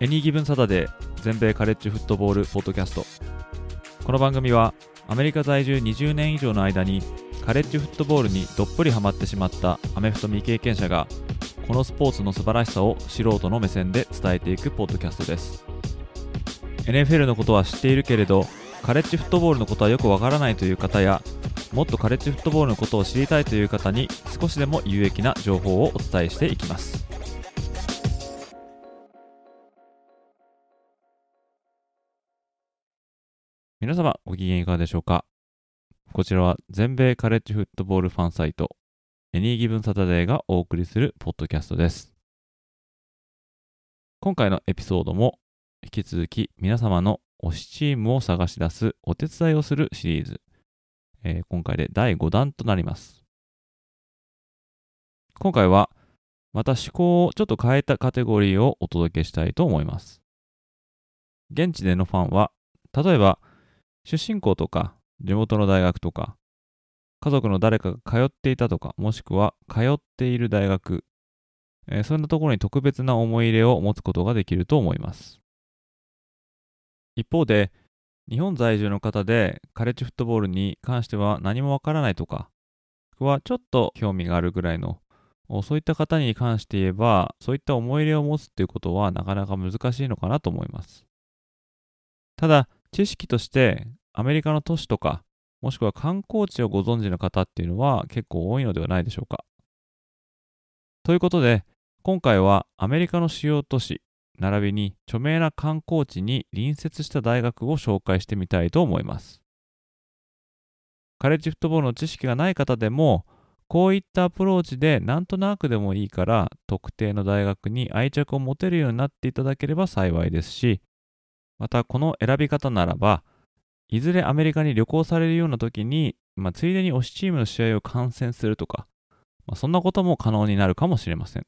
エニーギブンサタデー全米カレッジフットボールポッドキャスト。この番組はアメリカ在住20年以上の間にカレッジフットボールにどっぷりハマってしまったアメフト未経験者がこのスポーツの素晴らしさを素人の目線で伝えていくポッドキャストです。 NFL のことは知っているけれどカレッジフットボールのことはよくわからないという方や、もっとカレッジフットボールのことを知りたいという方に少しでも有益な情報をお伝えしていきます。皆様ご機嫌いかがでしょうか。こちらは全米カレッジフットボールファンサイトエニーギブンサタデーがお送りするポッドキャストです。今回のエピソードも引き続き皆様の推しチームを探し出すお手伝いをするシリーズ、今回で第5弾となります。今回はまた趣向をちょっと変えたカテゴリーをお届けしたいと思います。現地でのファンは例えば出身校とか地元の大学とか家族の誰かが通っていたとか、もしくは通っている大学、そんなところに特別な思い入れを持つことができると思います。一方で日本在住の方でカレッジフットボールに関しては何もわからないとかはちょっと興味があるぐらいの、そういった方に関して言えばそういった思い入れを持つっていうことはなかなか難しいのかなと思います。ただ知識としてアメリカの都市とかもしくは観光地をご存知の方っていうのは結構多いのではないでしょうか。ということで今回はアメリカの主要都市並びに著名な観光地に隣接した大学を紹介してみたいと思います。カレッジフットボールの知識がない方でもこういったアプローチでなんとなくでもいいから特定の大学に愛着を持てるようになっていただければ幸いですし、またこの選び方ならばいずれアメリカに旅行されるような時に、ついでに推しチームの試合を観戦するとか、そんなことも可能になるかもしれません。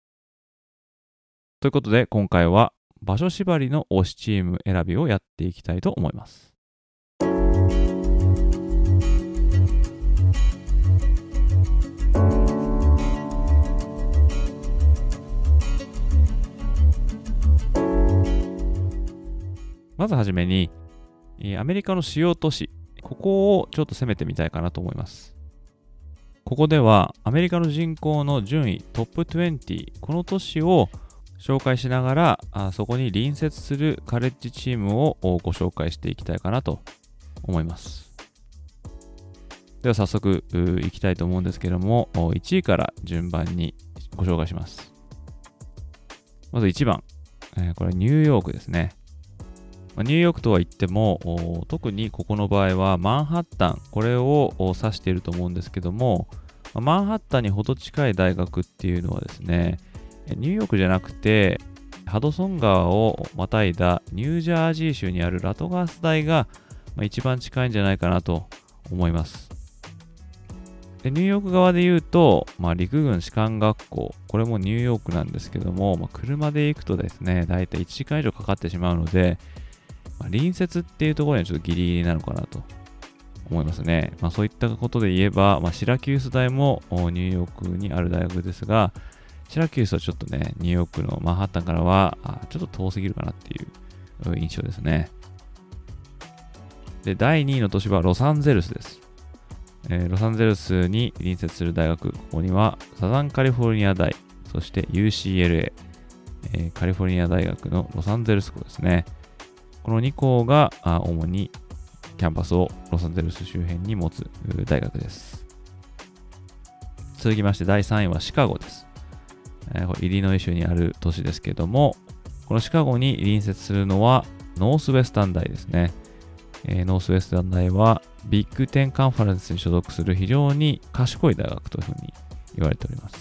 ということで今回は場所縛りの推しチーム選びをやっていきたいと思います。まずはじめにアメリカの主要都市、ここをちょっと攻めてみたいかなと思います。ここではアメリカの人口の順位トップ20、この都市を紹介しながらそこに隣接するカレッジチームをご紹介していきたいかなと思います。では早速いきたいと思うんですけども、1位から順番にご紹介します。まず1番、これニューヨークですね。ニューヨークとは言っても特にここの場合はマンハッタン、これを指していると思うんですけども、マンハッタンにほど近い大学っていうのはですね、ニューヨークじゃなくてハドソン川をまたいだニュージャージー州にあるラトガース大が一番近いんじゃないかなと思います。でニューヨーク側で言うと、陸軍士官学校、これもニューヨークなんですけども、車で行くとですね、だいたい1時間以上かかってしまうので、隣接っていうところにはちょっとギリギリなのかなと思いますね。そういったことで言えば、シラキュース大もニューヨークにある大学ですが、シラキュースはちょっとね、ニューヨークのマンハッタンからはちょっと遠すぎるかなっていう印象ですね。で、第2位の都市はロサンゼルスです。ロサンゼルスに隣接する大学、ここにはサザンカリフォルニア大、そして UCLA、カリフォルニア大学のロサンゼルス校ですね。この2校が主にキャンパスをロサンゼルス周辺に持つ大学です。続きまして第3位はシカゴです。イリノイ州にある都市ですけども、このシカゴに隣接するのはノースウェスタン大ですね。ノースウェスタン大はビッグ10カンファレンスに所属する非常に賢い大学というふうに言われております。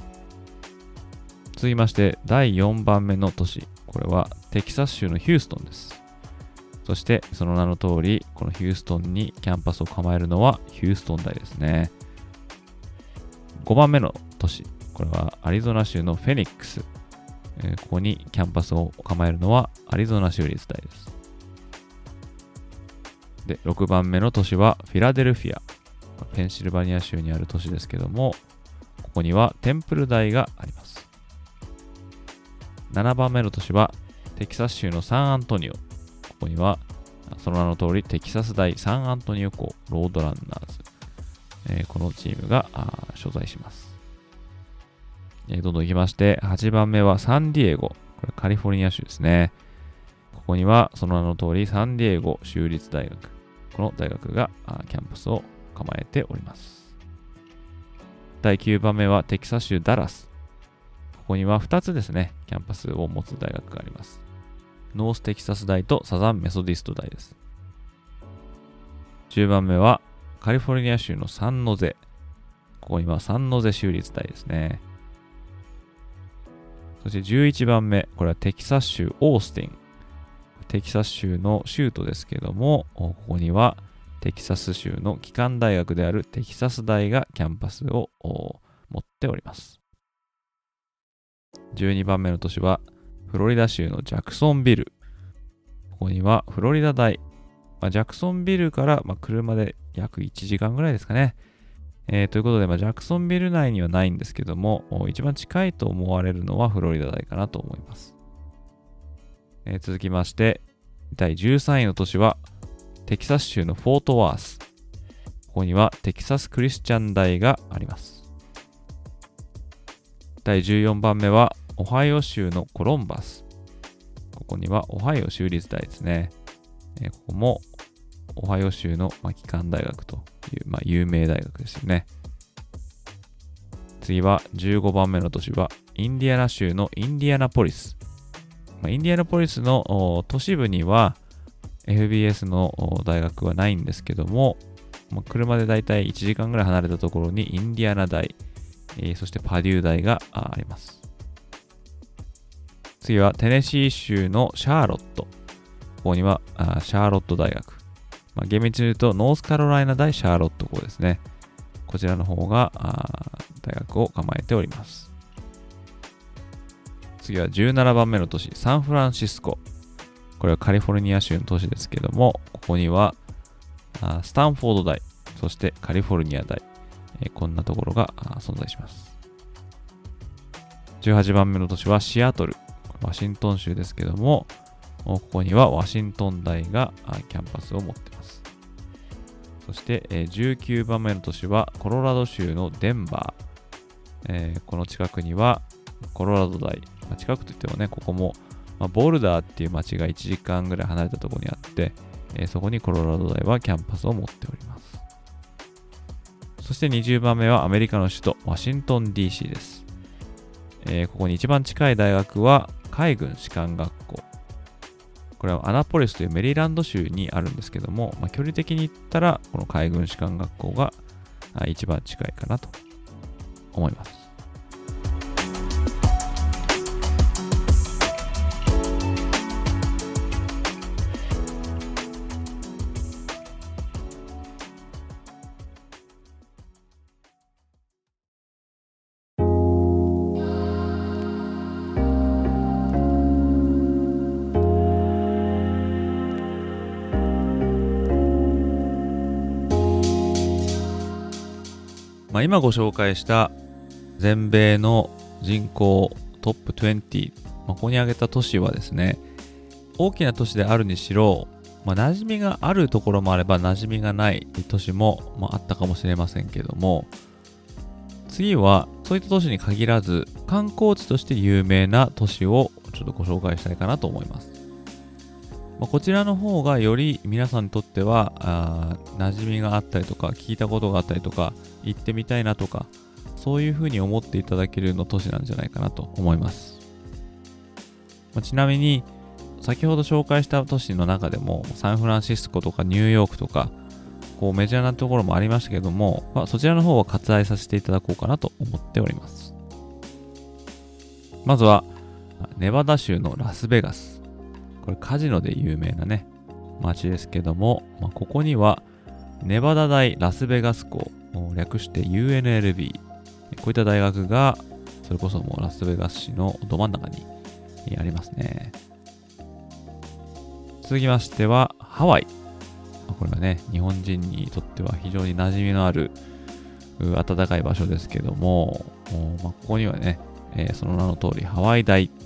続きまして第4番目の都市、これはテキサス州のヒューストンです。そしてその名の通り、このヒューストンにキャンパスを構えるのはヒューストン大ですね。5番目の都市、これはアリゾナ州のフェニックス。ここにキャンパスを構えるのはアリゾナ州立大です。で、6番目の都市はフィラデルフィア。ペンシルバニア州にある都市ですけども、ここにはテンプル大があります。7番目の都市はテキサス州のサンアントニオ。ここには、その名の通り、テキサス大サンアントニオ校ロードランナーズ。このチームが所在します。どんどん行きまして、8番目はサンディエゴ。これカリフォルニア州ですね。ここには、その名の通り、サンディエゴ州立大学。この大学がキャンパスを構えております。第9番目はテキサス州ダラス。ここには2つですね、キャンパスを持つ大学があります。ノーステキサス大とサザンメソディスト大です。10番目はカリフォルニア州のサンノゼ。ここにはサンノゼ州立大ですね。そして11番目、これはテキサス州オースティン。テキサス州の州都ですけども、ここにはテキサス州の基幹大学であるテキサス大がキャンパスを持っております。12番目の都市はフロリダ州のジャクソンビル。ここにはフロリダ大。ジャクソンビルから車で約1時間ぐらいですかね。ということで、ジャクソンビル内にはないんですけども、一番近いと思われるのはフロリダ大かなと思います。続きまして、第13位の都市はテキサス州のフォートワース。ここにはテキサスクリスチャン大があります。第14番目はオハイオ州のコロンバス。ここにはオハイオ州立大ですね。ここもオハイオ州の基幹大学という、有名大学ですよね。次は15番目の都市はインディアナ州のインディアナポリス。インディアナポリスの都市部にはFBS の大学はないんですけども、車でだいたい1時間ぐらい離れたところにインディアナ大、そしてパデュー大があります。次はテネシー州のシャーロット。ここにはシャーロット大学。厳密に言うとノースカロライナ大シャーロット校ですね。こちらの方が大学を構えております。次は17番目の都市、サンフランシスコ。これはカリフォルニア州の都市ですけども、ここにはスタンフォード大、そしてカリフォルニア大、こんなところが存在します。18番目の都市はシアトル、ワシントン州ですけども、ここにはワシントン大がキャンパスを持っています。そして19番目の都市はコロラド州のデンバー。この近くにはコロラド大、近くといってもね、ここもボルダーっていう街が1時間ぐらい離れたところにあって、そこにコロラド大はキャンパスを持っております。そして20番目はアメリカの首都ワシントン DC です。ここに一番近い大学は海軍士官学校。これはアナポリスというメリーランド州にあるんですけども、距離的に言ったらこの海軍士官学校が一番近いかなと思います。今ご紹介した全米の人口トップ20、ここに挙げた都市はですね、大きな都市であるにしろ、馴染みがあるところもあれば馴染みがない都市も、あったかもしれませんけども、次はそういった都市に限らず観光地として有名な都市をちょっとご紹介したいかなと思います。こちらの方がより皆さんにとっては馴染みがあったりとか聞いたことがあったりとか行ってみたいなとかそういうふうに思っていただけるの都市なんじゃないかなと思います。ちなみに先ほど紹介した都市の中でもサンフランシスコとかニューヨークとかこうメジャーなところもありましたけども、そちらの方は割愛させていただこうかなと思っております。まずはネバダ州のラスベガス。これカジノで有名なね街ですけども、ここにはネバダ大ラスベガス校、略して UNLV、 こういった大学がそれこそもうラスベガス市のど真ん中にありますね。続きましてはハワイ。これはね日本人にとっては非常に馴染みのある暖かい場所ですけども、ここにはね、その名の通りハワイ大、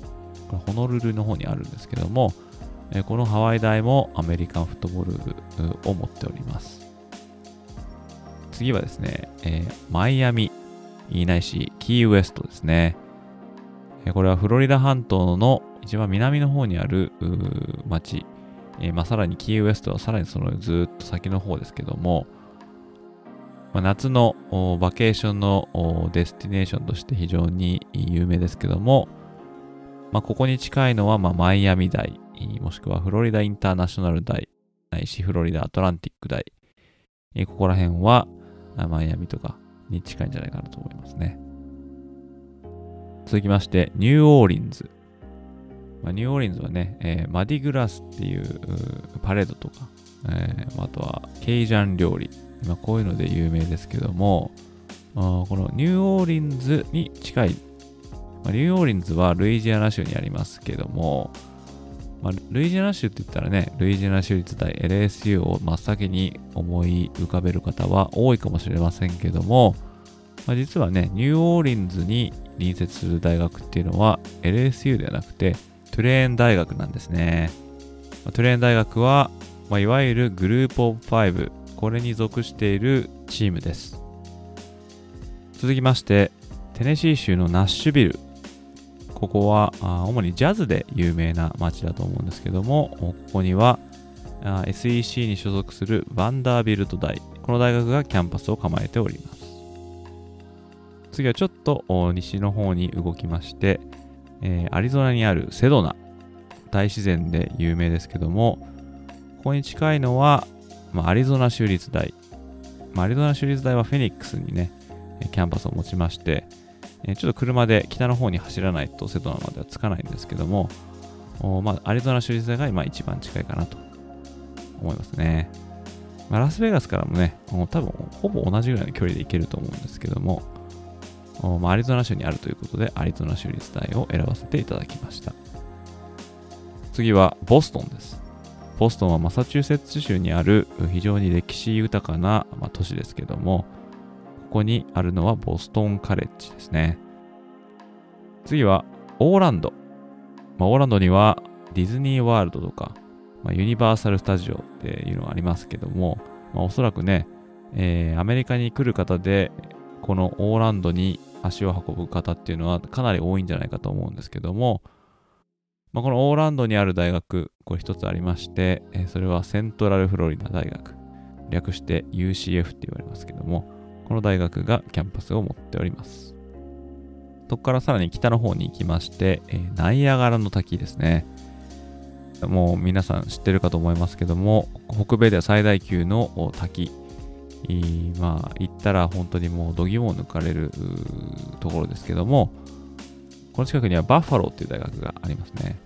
これホノルルの方にあるんですけども、このハワイ大もアメリカンフットボールを持っております。次はですね、マイアミないしキーウェストですね。これはフロリダ半島の一番南の方にある町、さらにキーウェストはさらにそのずっと先の方ですけども、夏のバケーションのデスティネーションとして非常に有名ですけども、ここに近いのはマイアミ大、もしくはフロリダインターナショナル大、ないしフロリダアトランティック大、ここら辺はマイアミとかに近いんじゃないかなと思いますね。続きましてニューオーリンズ。ニューオーリンズはね、マディグラスっていうパレードとか、あとはケイジャン料理、こういうので有名ですけども、このニューオーリンズに近い、ニューオーリンズはルイジアナ州にありますけども、ルイジアナ州って言ったらね、ルイジアナ州立大 LSU を真っ先に思い浮かべる方は多いかもしれませんけども、実はね、ニューオーリンズに隣接する大学っていうのは LSU ではなくてトゥレーン大学なんですね。トゥレーン大学は、いわゆるグループオブ5、これに属しているチームです。続きまして、テネシー州のナッシュビル。ここは主にジャズで有名な街だと思うんですけども、ここにはSEC に所属するバンダービルト大、この大学がキャンパスを構えております。次はちょっと西の方に動きまして、アリゾナにあるセドナ、大自然で有名ですけども、ここに近いのは、アリゾナ州立大。アリゾナ州立大はフェニックスにね、キャンパスを持ちまして、ちょっと車で北の方に走らないとセドナまでは着かないんですけども、アリゾナ州立大が一番近いかなと思いますね。ラスベガスからもね、多分ほぼ同じぐらいの距離で行けると思うんですけども、アリゾナ州にあるということで、アリゾナ州立大を選ばせていただきました。次はボストンです。ボストンはマサチューセッツ州にある非常に歴史豊かな都市ですけども、ここにあるのはボストンカレッジですね。次はオーランド。オーランドにはディズニーワールドとか、ユニバーサルスタジオっていうのがありますけども、おそらくね、アメリカに来る方で、このオーランドに足を運ぶ方っていうのはかなり多いんじゃないかと思うんですけども、このオーランドにある大学、これ一つありまして、それはセントラルフロリダ大学、略して UCF って言われますけども、この大学がキャンパスを持っております。そこからさらに北の方に行きまして、ナイアガラの滝ですね。もう皆さん知ってるかと思いますけども、北米では最大級の滝。行ったら本当にもう度肝を抜かれるところですけども、この近くにはバッファローっていう大学がありますね。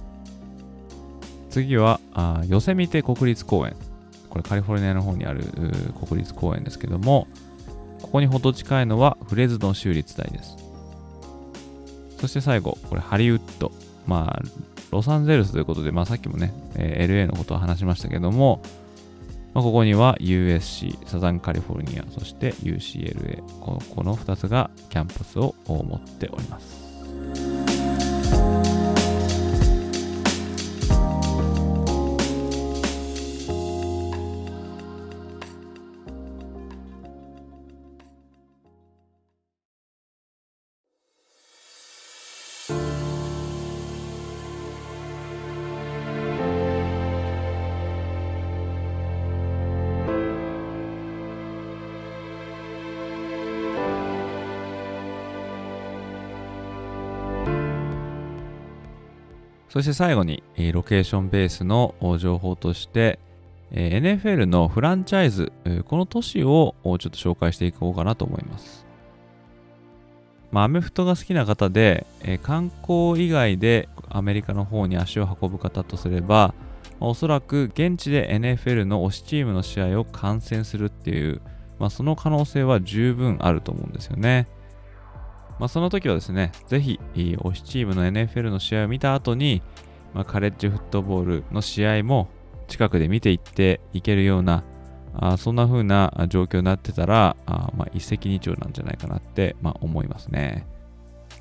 次はヨセミテ国立公園。これカリフォルニアの方にある国立公園ですけども、ここにほど近いのはフレズノ州立大です。そして最後、これハリウッド。ロサンゼルスということで、さっきもね、LA のことを話しましたけども、ここには USC、サザンカリフォルニア、そして UCLA、この2つがキャンパスを持っております。そして最後にロケーションベースの情報として NFL のフランチャイズ、この都市をちょっと紹介していこうかなと思います。アメフトが好きな方で観光以外でアメリカの方に足を運ぶ方とすれば、おそらく現地で NFL の推しチームの試合を観戦するっていう、その可能性は十分あると思うんですよね。その時はですね、ぜひ推しチームの NFL の試合を見た後に、カレッジフットボールの試合も近くで見ていっていけるような、そんな風な状況になってたら、一石二鳥なんじゃないかなって、思いますね。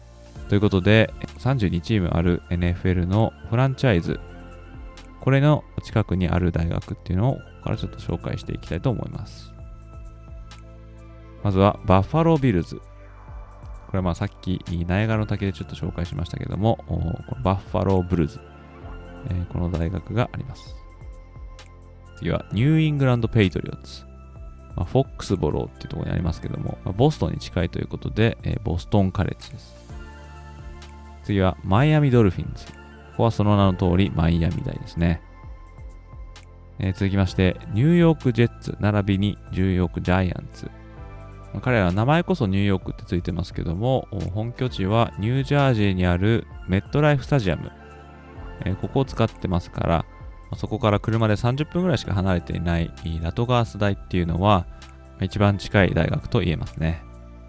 ということで、32チームある NFL のフランチャイズ、これの近くにある大学っていうのをここからちょっと紹介していきたいと思います。まずはバッファロービルズ。これはまあさっきナイアガラの滝でちょっと紹介しましたけども、このバッファローブルズ、この大学があります。次はニューイングランドペイトリオッツ。フォックスボローっていうところにありますけども、ボストンに近いということで、ボストンカレッジです。次はマイアミドルフィンズ。ここはその名の通りマイアミ大ですね。続きまして、ニューヨークジェッツ並びにニューヨークジャイアンツ。彼らは名前こそニューヨークってついてますけども、本拠地はニュージャージーにあるメットライフスタジアム。ここを使ってますから、そこから車で30分ぐらいしか離れていないラトガース大っていうのは一番近い大学と言えますね。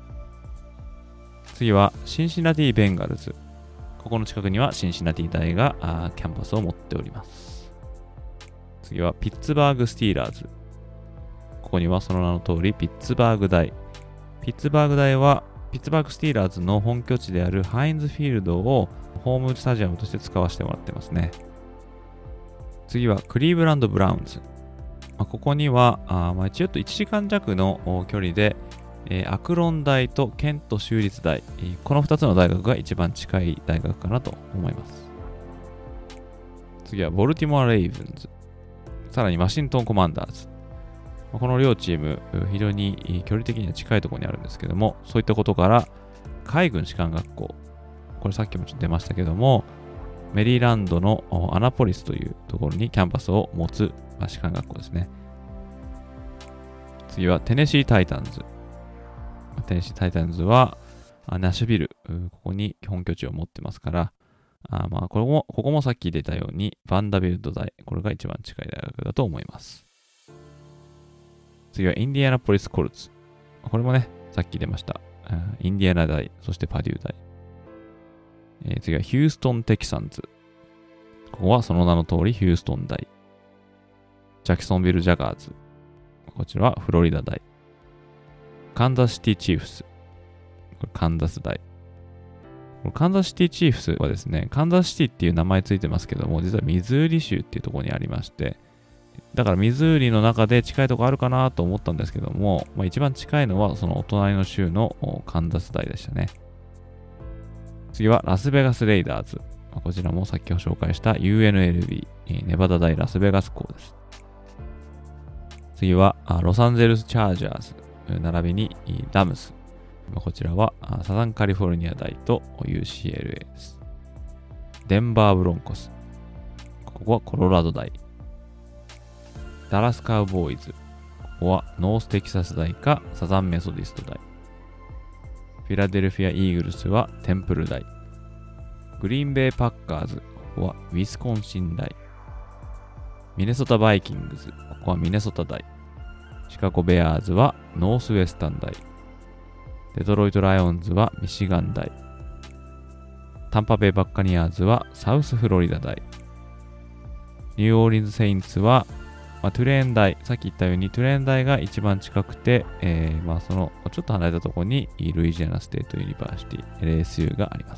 次はシンシナティ・ベンガルズ。ここの近くにはシンシナティ大がキャンパスを持っております。次はピッツバーグ・スティーラーズ。ここにはその名の通りピッツバーグ大。ピッツバーグ大はピッツバーグ・スティーラーズの本拠地であるハインズフィールドをホームスタジアムとして使わせてもらってますね。次はクリーブランド・ブラウンズ。ここには一応1時間弱の距離でアクロン大とケント州立大、この2つの大学が一番近い大学かなと思います。次はボルティモア・レイブンズ。さらにワシントン・コマンダーズ。この両チーム、非常に距離的には近いところにあるんですけども、そういったことから海軍士官学校、これさっきもちょっと出ましたけども、メリーランドのアナポリスというところにキャンパスを持つ士官学校ですね。次はテネシー・タイタンズ。テネシー・タイタンズはナッシュビル、ここに本拠地を持ってますから、ここもさっき出たようにバンダビルト大、これが一番近い大学だと思います。次はインディアナポリス・コルツ。これもね、さっき出ました。インディアナ大、そしてパデュー大。次はヒューストン・テキサンズ。ここはその名の通りヒューストン大。ジャクソンビル・ジャガーズ。こちらはフロリダ大。カンザスシティ・チーフス。これカンザス大。カンザスシティ・チーフスはですね、カンザスシティっていう名前ついてますけども、実はミズーリ州っていうところにありまして、だからミズーリの中で近いところあるかなと思ったんですけども、一番近いのはそのお隣の州のカンザス大でしたね。次はラスベガスレイダーズ。こちらもさっき紹介した UNLV、ネバダ大ラスベガス校です。次はロサンゼルスチャージャーズ、並びにラムス。こちらはサザンカリフォルニア大と UCLA です。デンバーブロンコス。ここはコロラド大。ダラスカウボーイズ。ここはノーステキサス大かサザンメソディスト大。フィラデルフィア・イーグルスはテンプル大。グリーンベイ・パッカーズ。ここはウィスコンシン大。ミネソタ・バイキングズ。ここはミネソタ大。シカゴ・ベアーズはノースウェスタン大。デトロイト・ライオンズはミシガン大。タンパベイ・バッカニアーズはサウスフロリダ大。ニューオーリンズ・セインツはトゥレーン大、さっき言ったようにトゥレーン大が一番近くて、そのちょっと離れたところにルイジアナステートユニバーシティ LSU があります。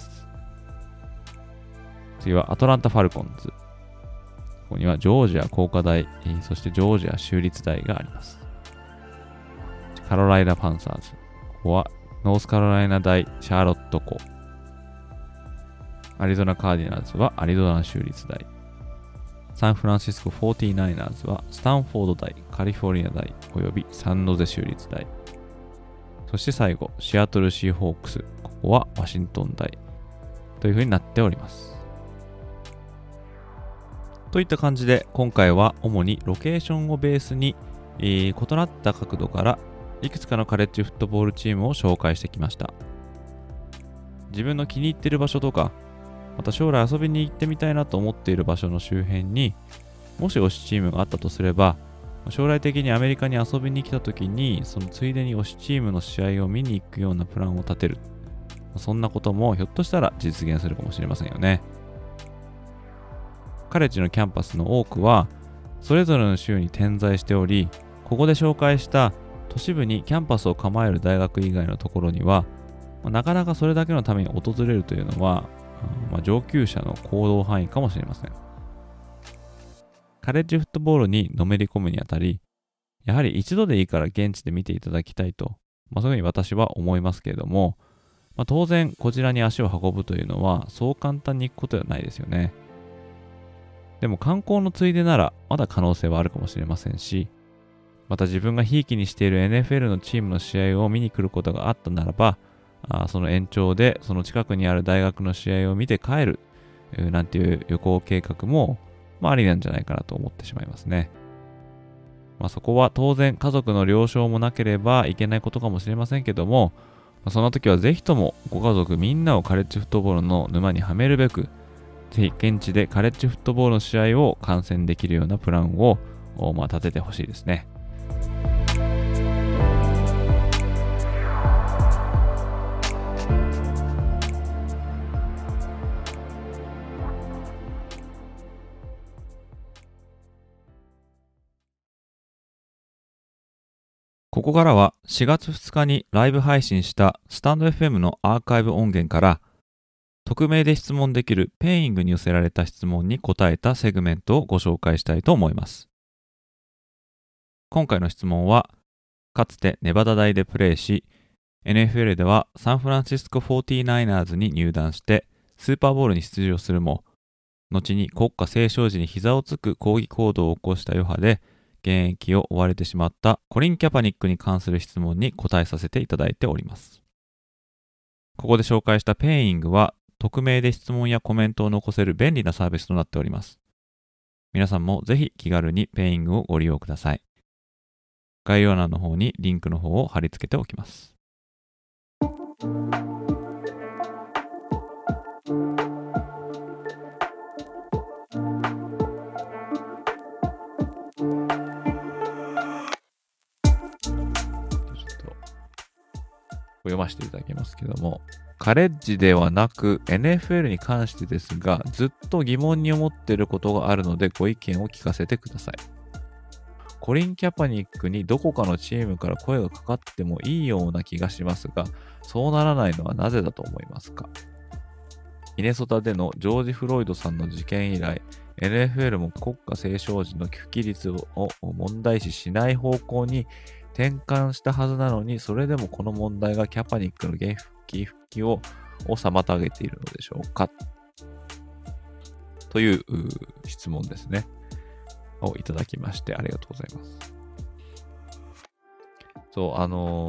次はアトランタ・ファルコンズ。ここにはジョージア工科大、そしてジョージア州立大があります。カロライナ・パンサーズ。ここはノースカロライナ大シャーロット校。アリゾナ・カーディナルズはアリゾナ州立大。サンフランシスコ 49ers はスタンフォード大、カリフォルニア大およびサンノゼ州立大。そして最後、シアトルシーホークス。ここはワシントン大という風になっております。といった感じで、今回は主にロケーションをベースに、異なった角度からいくつかのカレッジフットボールチームを紹介してきました。自分の気に入っている場所とか、また将来遊びに行ってみたいなと思っている場所の周辺にもし推しチームがあったとすれば、将来的にアメリカに遊びに来た時にそのついでに推しチームの試合を見に行くようなプランを立てる、そんなこともひょっとしたら実現するかもしれませんよね。カレッジのキャンパスの多くはそれぞれの州に点在しており、ここで紹介した都市部にキャンパスを構える大学以外のところにはなかなかそれだけのために訪れるというのは、上級者の行動範囲かもしれません。カレッジフットボールにのめり込むにあたり、やはり一度でいいから現地で見ていただきたいと、そういうふうに私は思いますけれども、当然こちらに足を運ぶというのはそう簡単に行くことではないですよね。でも観光のついでならまだ可能性はあるかもしれませんし、また自分がひいきにしている NFL のチームの試合を見に来ることがあったならば、その延長でその近くにある大学の試合を見て帰るなんていう旅行計画も、ありなんじゃないかなと思ってしまいますね。そこは当然家族の了承もなければいけないことかもしれませんけども、そんな時はぜひともご家族みんなをカレッジフットボールの沼にはめるべく、ぜひ現地でカレッジフットボールの試合を観戦できるようなプランを立ててほしいですね。ここからは4月2日にライブ配信したスタンド FM のアーカイブ音源から匿名で質問できるペイングに寄せられた質問に答えたセグメントをご紹介したいと思います。今回の質問は、かつてネバダ大でプレーし、NFL ではサンフランシスコ 49ers に入団してスーパーボウルに出場するも、後に国家斉唱時に膝をつく抗議行動を起こした余波で現役を追われてしまったコリン・キャパニックに関する質問に答えさせていただいております。ここで紹介したペイイングは匿名で質問やコメントを残せる便利なサービスとなっております。皆さんもぜひ気軽にペイングをご利用ください。概要欄の方にリンクの方を貼り付けておきます。読ませていただきますけども、カレッジではなく NFL に関してですが、ずっと疑問に思っていることがあるのでご意見を聞かせてください。コリン・キャパニックにどこかのチームから声がかかってもいいような気がしますが、そうならないのはなぜだと思いますか？ミネソタでのジョージ・フロイドさんの事件以来、NFL も国家斉唱時の拒否率を問題視しない方向に転換したはずなのに、それでもこの問題がキャパニックの復帰を妨げているのでしょうか？という質問ですね。をいただきましてありがとうございます。そう、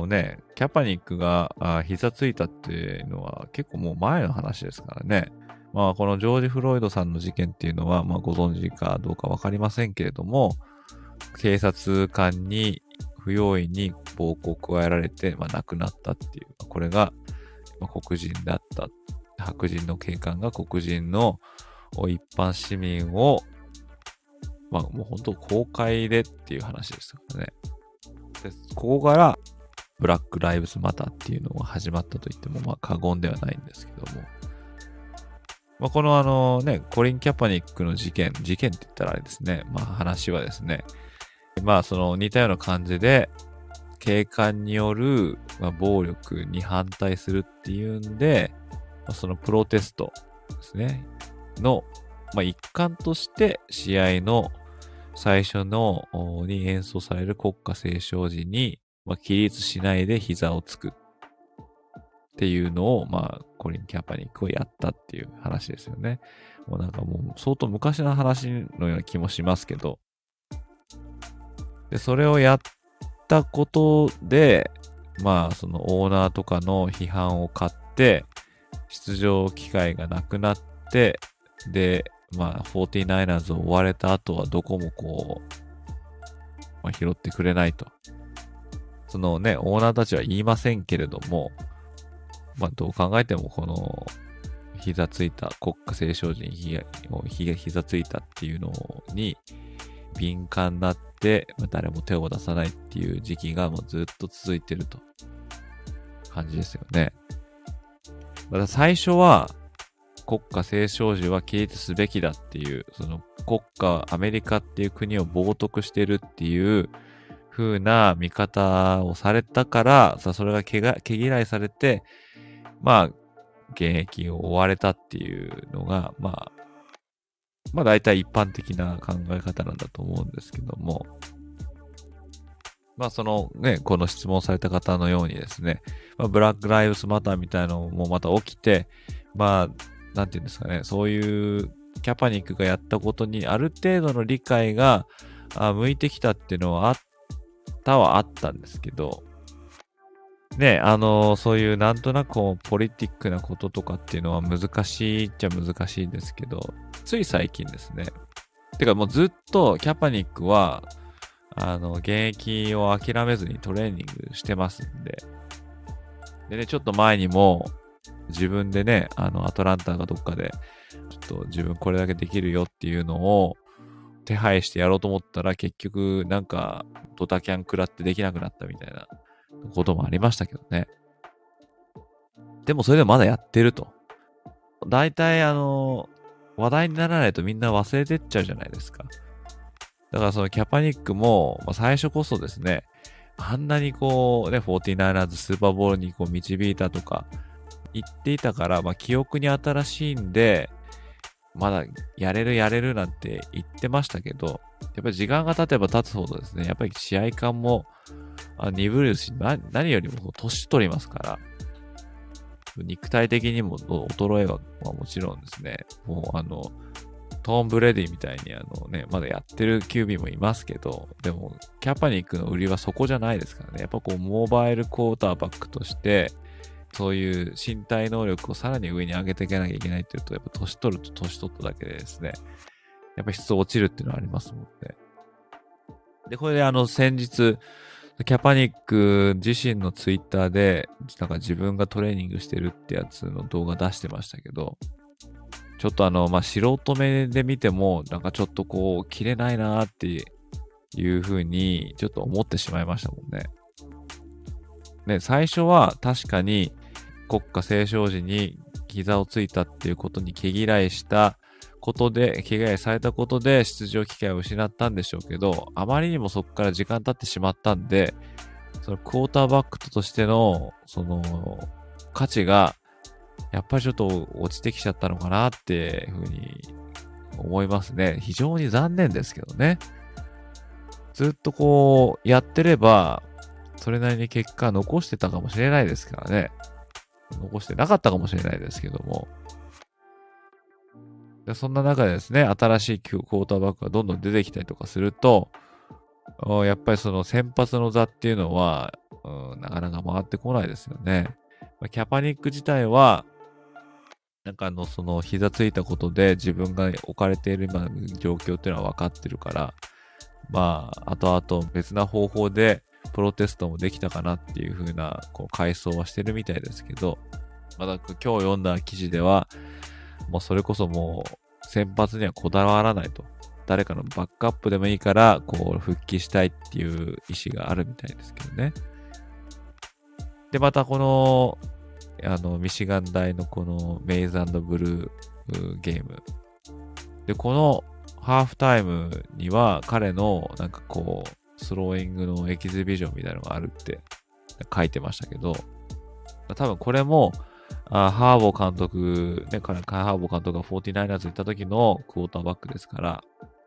キャパニックが膝ついたっていうのは結構もう前の話ですからね。このジョージ・フロイドさんの事件っていうのは、ご存知かどうかわかりませんけれども、警察官に不用意に暴行を加えられて、亡くなったっていう、これが、黒人だった。白人の警官が黒人の一般市民を、もう本当公開でっていう話ですからね。でここからブラック・ライブズ・マターっていうのが始まったと言っても過言ではないんですけども、このコリン・キャパニックの事件って言ったらあれですね、話はですね、その似たような感じで警官による暴力に反対するっていうんで、そのプロテストですねの一環として試合の最初のに演奏される国歌斉唱時に、起立しないで膝をつくっていうのを、コリン・キャパニックをやったっていう話ですよね。もう相当昔の話のような気もしますけど、でそれをやったことで、そのオーナーとかの批判を買って、出場機会がなくなって、で、49ers を追われた後はどこも拾ってくれないと。そのね、オーナーたちは言いませんけれども、どう考えてもこの膝ついた、国家斉唱時に膝ついたっていうのに敏感になって、誰も手を出さないっていう時期がもうずっと続いてると感じですよね。また最初は国家斉唱時は起立すべきだっていう、そのアメリカっていう国を冒涜してるっていう風な見方をされたから、それが毛嫌いされて、 まあ、現役を追われたっていうのが、まあ大体一般的な考え方なんだと思うんですけども、まあそのね、この質問された方のようにですね、まあ、ブラックライブスマターみたいなのもまた起きて、まあ、なんていうんですかね、そういうキャパニックがやったことにある程度の理解が向いてきたっていうのはあったんですけど、ね、そういうなんとなくポリティックなこととかっていうのは難しいっちゃ難しいんですけど、つい最近ですね。てかもうずっとキャパニックは、現役を諦めずにトレーニングしてますんで。でね、ちょっと前にも自分でね、アトランタがどっかで、ちょっと自分これだけできるよっていうのを手配してやろうと思ったら結局なんかドタキャン食らってできなくなったみたいなこともありましたけどね。でもそれでもまだやってると。大体話題にならないとみんな忘れてっちゃうじゃないですか。だからそのキャパニックも、最初こそですね、あんなにこうね、49ersスーパーボールにこう導いたとか言っていたから、記憶に新しいんで、まだやれるなんて言ってましたけど、やっぱり時間が経てば経つほどですね、やっぱり試合感も鈍るし、何よりも年取りますから、肉体的にも衰えはもちろんですね、もうトーンブレディみたいにまだやってるキュービーもいますけど、でも、キャパニックの売りはそこじゃないですからね。やっぱこう、モバイルクォーターバックとして、そういう身体能力をさらに上に上げていかなきゃいけないっていうと、やっぱ年取ると年取っただけでですね、やっぱ質落ちるっていうのはありますもんね。で、これで先日、キャパニック自身のツイッターで、なんか自分がトレーニングしてるってやつの動画出してましたけど、ちょっと素人目で見ても、なんかちょっとこう、切れないなーっていう風に、ちょっと思ってしまいましたもんね。ね、最初は確かに国歌斉唱時に膝をついたっていうことに毛嫌いしたことで、毛嫌いされたことで出場機会を失ったんでしょうけど、あまりにもそこから時間経ってしまったんで、そのクォーターバックとしての、その、価値がやっぱりちょっと落ちてきちゃったのかなっていうふうに思いますね。非常に残念ですけどね。ずっとこうやってれば、それなりに結果残してたかもしれないですからね。残してなかったかもしれないですけども。でそんな中でですね、新しいクォーターバックがどんどん出てきたりとかすると、やっぱりその先発の座っていうのは、なかなか回ってこないですよね。キャパニック自体は、なんかその膝ついたことで自分が置かれている今の状況っていうのは分かってるから、後々別な方法でプロテストもできたかなっていう風な、こう、回想はしてるみたいですけど、まだ今日読んだ記事では、もうそれこそもう先発にはこだわらないと。誰かのバックアップでもいいから、こう、復帰したいっていう意思があるみたいですけどね。で、またこの、ミシガン大のこのメイズ&ブルーゲーム。で、このハーフタイムには彼のなんかこう、スローイングのエキシビジョンみたいなのがあるって書いてましたけど、多分これも、ハーボー監督、ね、ハーボー監督が 49ers 行った時のクォーターバックですから、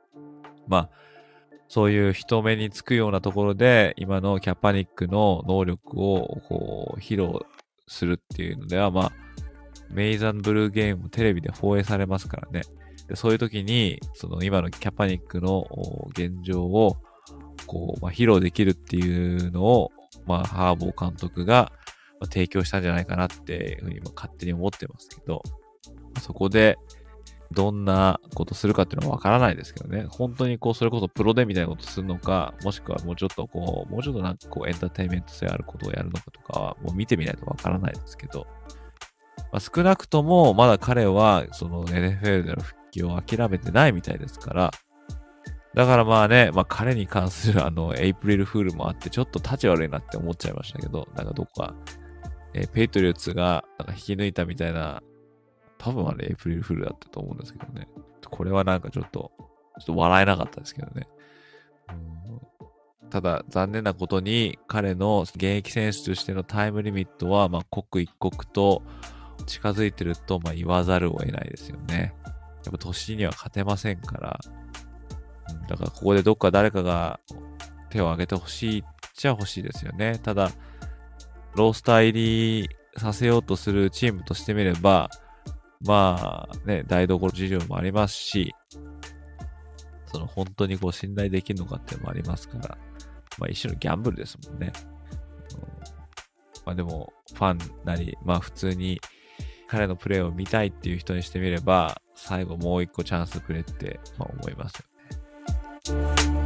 そういう人目につくようなところで、今のキャパニックの能力をこう披露するっていうのでは、メイズ&ブルーゲームもテレビで放映されますからね。でそういう時に、その今のキャパニックの現状を、こう、披露できるっていうのを、ハーボー監督が提供したんじゃないかなっていうふうに勝手に思ってますけど、そこで、どんなことするかっていうのはわからないですけどね。本当にこう、それこそプロでみたいなことするのか、もしくはもうちょっとこう、もうちょっとなんかこう、エンターテインメント性あることをやるのかとかは、もう見てみないとわからないですけど、少なくとも、まだ彼は、その NFL での復帰を諦めてないみたいですから、だから彼に関するエイプリルフールもあって、ちょっと立ち悪いなって思っちゃいましたけど、なんかどこか、ペイトリオッツが、なんか引き抜いたみたいな、多分エイプリルフールだったと思うんですけどね。これはなんかちょっと笑えなかったですけどね。 ただ残念なことに彼の現役選手としてのタイムリミットは刻一刻と近づいてると言わざるを得ないですよね。やっぱ年には勝てませんから、だからここでどっか誰かが手を挙げてほしいっちゃ欲しいですよね。ただロースター入りさせようとするチームとしてみれば、台所事情もありますし、本当に信頼できるのかっていうのもありますから、一種のギャンブルですもんね。でも、ファンなり、普通に彼のプレーを見たいっていう人にしてみれば、最後もう一個チャンスくれって、思いますよね。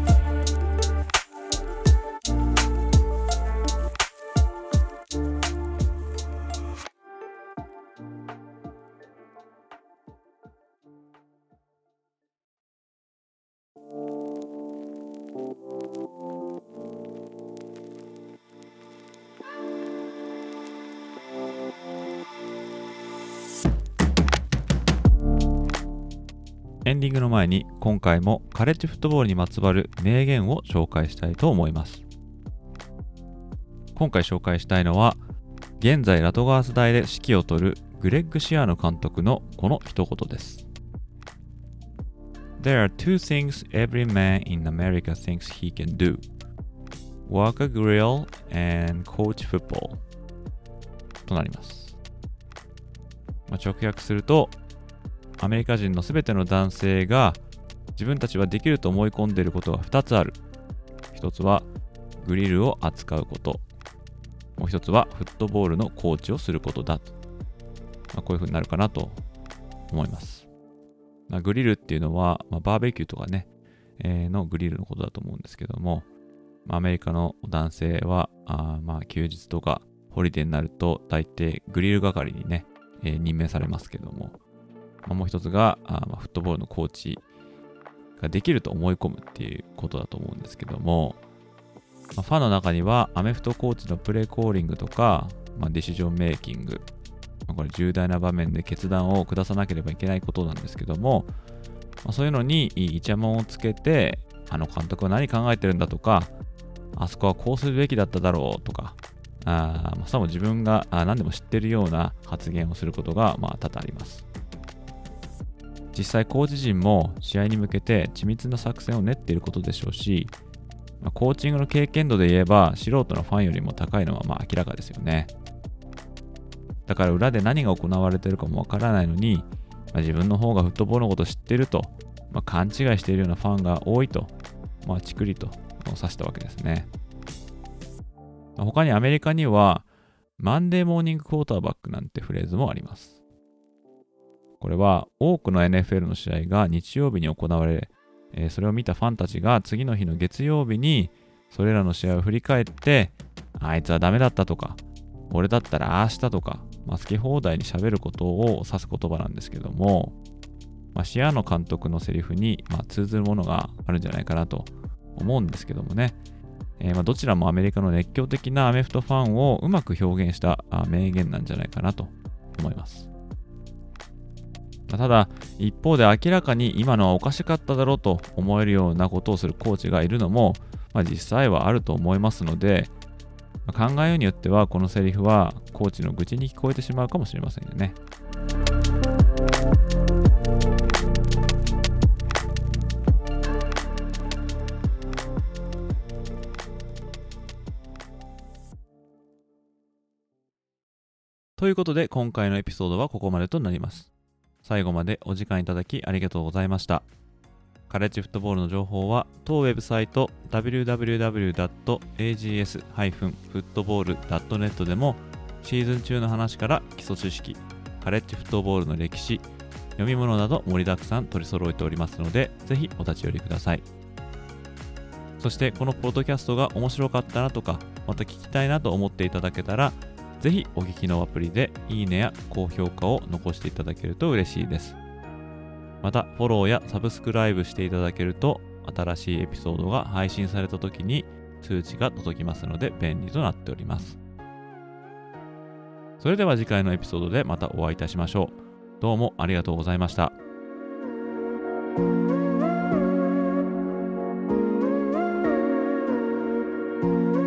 エンディングの前に今回もカレッジフットボールにまつわる名言を紹介したいと思います。今回紹介したいのは、現在ラトガース大で指揮を執るグレッグ・シアーノ監督のこの一言です。There are two things every man in America thinks he can do. Work a grill and coach football. となります。直訳すると、アメリカ人のすべての男性が自分たちはできると思い込んでいることが2つある。1つはグリルを扱うこと。もう1つはフットボールのコーチをすることだと。こういう風になるかなと思います。グリルっていうのは、バーベキューとかね、のグリルのことだと思うんですけども、アメリカの男性は休日とかホリデーになると大抵グリル係にね、任命されますけども、もう一つがフットボールのコーチができると思い込むっていうことだと思うんですけども、ファンの中にはアメフトコーチのプレーコーリングとか、ディシジョンメイキング、これ重大な場面で決断を下さなければいけないことなんですけども、そういうのにイチャモンをつけて、監督は何考えてるんだとか、あそこはこうするべきだっただろうとか、さも自分が何でも知ってるような発言をすることが多々あります。実際コーチ陣も試合に向けて緻密な作戦を練っていることでしょうし、コーチングの経験度で言えば素人のファンよりも高いのは明らかですよね。だから裏で何が行われているかもわからないのに、自分の方がフットボールのことを知っていると、勘違いしているようなファンが多いと、チクリと指したわけですね。他にアメリカにはマンデーモーニングクォーターバックなんてフレーズもあります。これは多くの NFL の試合が日曜日に行われ、それを見たファンたちが次の日の月曜日にそれらの試合を振り返って、あいつはダメだったとか、俺だったらああしたとか、好き放題に喋ることを指す言葉なんですけども、シアーノ監督のセリフに通ずるものがあるんじゃないかなと思うんですけどもね、どちらもアメリカの熱狂的なアメフトファンをうまく表現した名言なんじゃないかなと思います。ただ一方で明らかに今のはおかしかっただろうと思えるようなことをするコーチがいるのも、実際はあると思いますので、考えようによってはこのセリフはコーチの愚痴に聞こえてしまうかもしれませんよね。ということで今回のエピソードはここまでとなります。最後までお時間いただきありがとうございました。カレッジフットボールの情報は当ウェブサイト www.ags-football.net でもシーズン中の話から基礎知識、カレッジフットボールの歴史、読み物など盛りだくさん取り揃えておりますので、ぜひお立ち寄りください。そしてこのポッドキャストが面白かったなとか、また聞きたいなと思っていただけたら、ぜひお聞きのアプリでいいねや高評価を残していただけると嬉しいです。またフォローやサブスクライブしていただけると新しいエピソードが配信された時に通知が届きますので便利となっております。それでは次回のエピソードでまたお会いいたしましょう。どうもありがとうございました。 す。